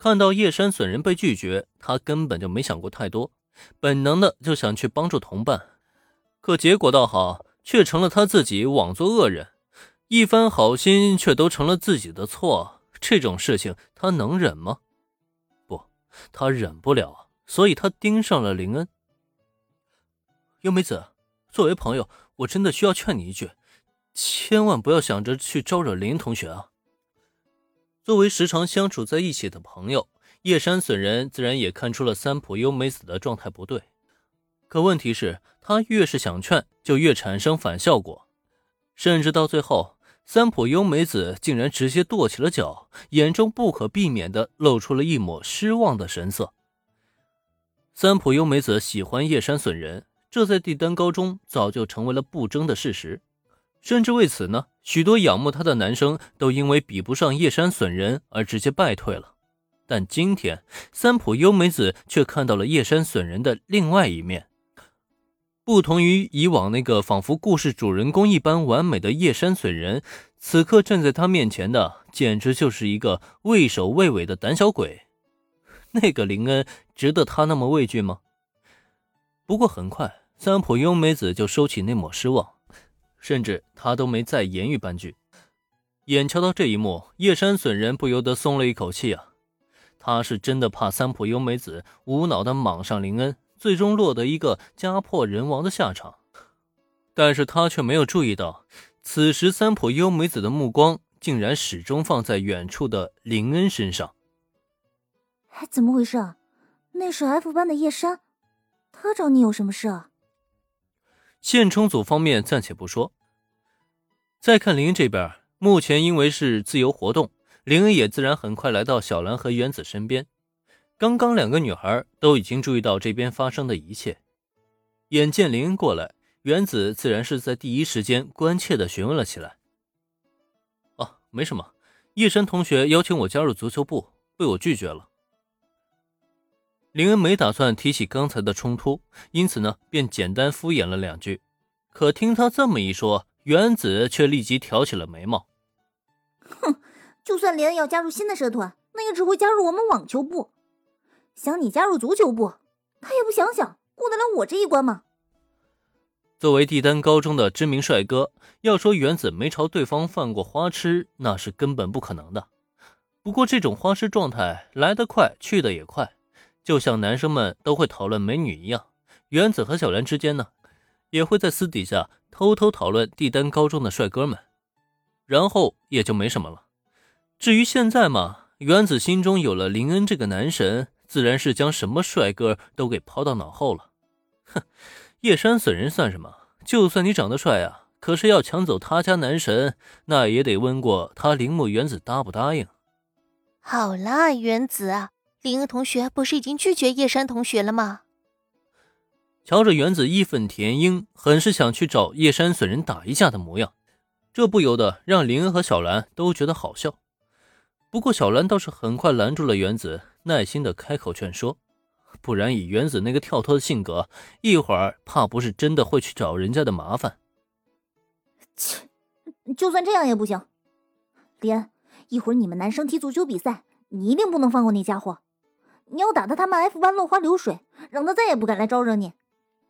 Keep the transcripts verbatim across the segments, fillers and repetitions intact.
看到叶山损人被拒绝，他根本就没想过太多，本能的就想去帮助同伴。可结果倒好，却成了他自己枉做恶人，一番好心却都成了自己的错，这种事情他能忍吗？不，他忍不了，所以他盯上了林恩。优美子，作为朋友，我真的需要劝你一句，千万不要想着去招惹林同学啊。作为时常相处在一起的朋友，叶山损人自然也看出了三浦优美子的状态不对。可问题是，他越是想劝，就越产生反效果，甚至到最后，三浦优美子竟然直接跺起了脚，眼中不可避免地露出了一抹失望的神色。三浦优美子喜欢叶山损人，这在帝丹高中早就成为了不争的事实，甚至为此呢，许多仰慕他的男生都因为比不上叶山损人而直接败退了。但今天，三浦优美子却看到了叶山损人的另外一面。不同于以往那个仿佛故事主人公一般完美的叶山损人，此刻站在他面前的简直就是一个畏首畏尾的胆小鬼。那个林恩值得他那么畏惧吗？不过很快，三浦优美子就收起那抹失望，甚至他都没再言语半句。眼瞧到这一幕，叶山损人不由得松了一口气啊。他是真的怕三浦优美子无脑的莽上林恩，最终落得一个家破人亡的下场。但是他却没有注意到，此时三浦优美子的目光竟然始终放在远处的林恩身上。 怎么回事啊？那是 F 班的叶山，他找你有什么事啊？ 现充组方面暂且不说，再看林恩这边，目前因为是自由活动，林恩也自然很快来到小兰和原子身边。刚刚两个女孩都已经注意到这边发生的一切，眼见林恩过来，原子自然是在第一时间关切地询问了起来。哦，没什么，叶山同学邀请我加入足球部，被我拒绝了。林恩没打算提起刚才的冲突，因此呢，便简单敷衍了两句。可听他这么一说，原子却立即挑起了眉毛。 哼，就算连恩要加入新的社团，那也只会加入我们网球部。想你加入足球部，他也不想想过得了我这一关吗？ 作为帝丹高中的知名帅哥，要说原子没朝对方犯过花痴，那是根本不可能的。不过这种花痴状态来得快，去得也快，就像男生们都会讨论美女一样，原子和小兰之间呢，也会在私底下偷偷讨论帝丹高中的帅哥们，然后也就没什么了。至于现在嘛，原子心中有了林恩这个男神，自然是将什么帅哥都给抛到脑后了。哼，叶山损人算什么？就算你长得帅啊，可是要抢走他家男神，那也得问过他铃木原子答不答应。 好啦，原子啊，林恩同学不是已经拒绝叶山同学了吗？ 瞧着原子义愤填膺，很是想去找叶山损人打一架的模样，这不由得让林恩和小兰都觉得好笑。不过小兰倒是很快拦住了原子，耐心的开口劝说，不然以原子那个跳脱的性格，一会儿怕不是真的会去找人家的麻烦。 切，就算这样也不行。连，一会儿你们男生踢足球比赛，你一定不能放过那家伙。你要打得他们 F 班落花流水，让他再也不敢来招惹你。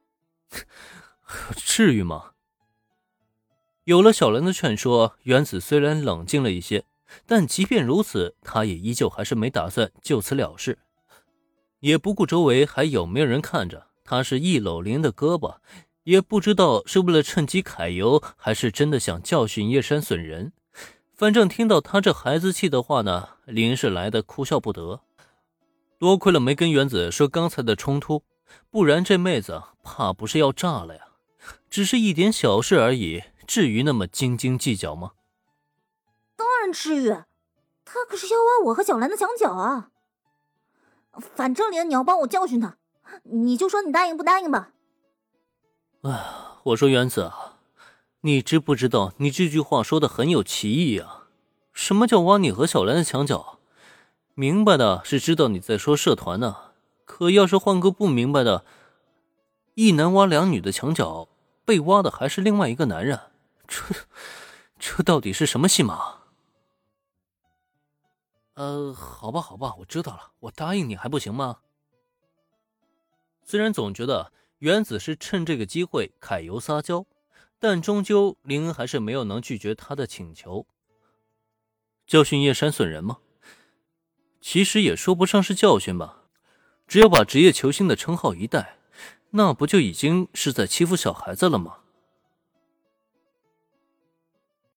至于吗？有了小兰的劝说，原子虽然冷静了一些，但即便如此，他也依旧还是没打算就此了事，也不顾周围还有没有人看着，他是一搂林的胳膊，也不知道是为了趁机揩油，还是真的想教训叶山损人。反正听到他这孩子气的话呢，林是来的哭笑不得。多亏了没跟原子说刚才的冲突，不然这妹子怕不是要炸了呀。只是一点小事而已，至于那么斤斤计较吗？ 当然至于，他可是要挖我和小兰的墙角啊。反正连你要帮我教训他，你就说你答应不答应吧。 哎，我说原子啊，你知不知道你这句话说的很有歧义啊？什么叫挖你和小兰的墙角？明白的是知道你在说社团呢、啊，可要是换个不明白的，一男挖两女的墙角，被挖的还是另外一个男人，这这到底是什么戏码？ 呃，好吧，好吧，我知道了，我答应你还不行吗？虽然总觉得原子是趁这个机会揩油撒娇，但终究林恩还是没有能拒绝他的请求。教训叶山损人吗？其实也说不上是教训吧，只要把职业球星的称号一带，那不就已经是在欺负小孩子了吗？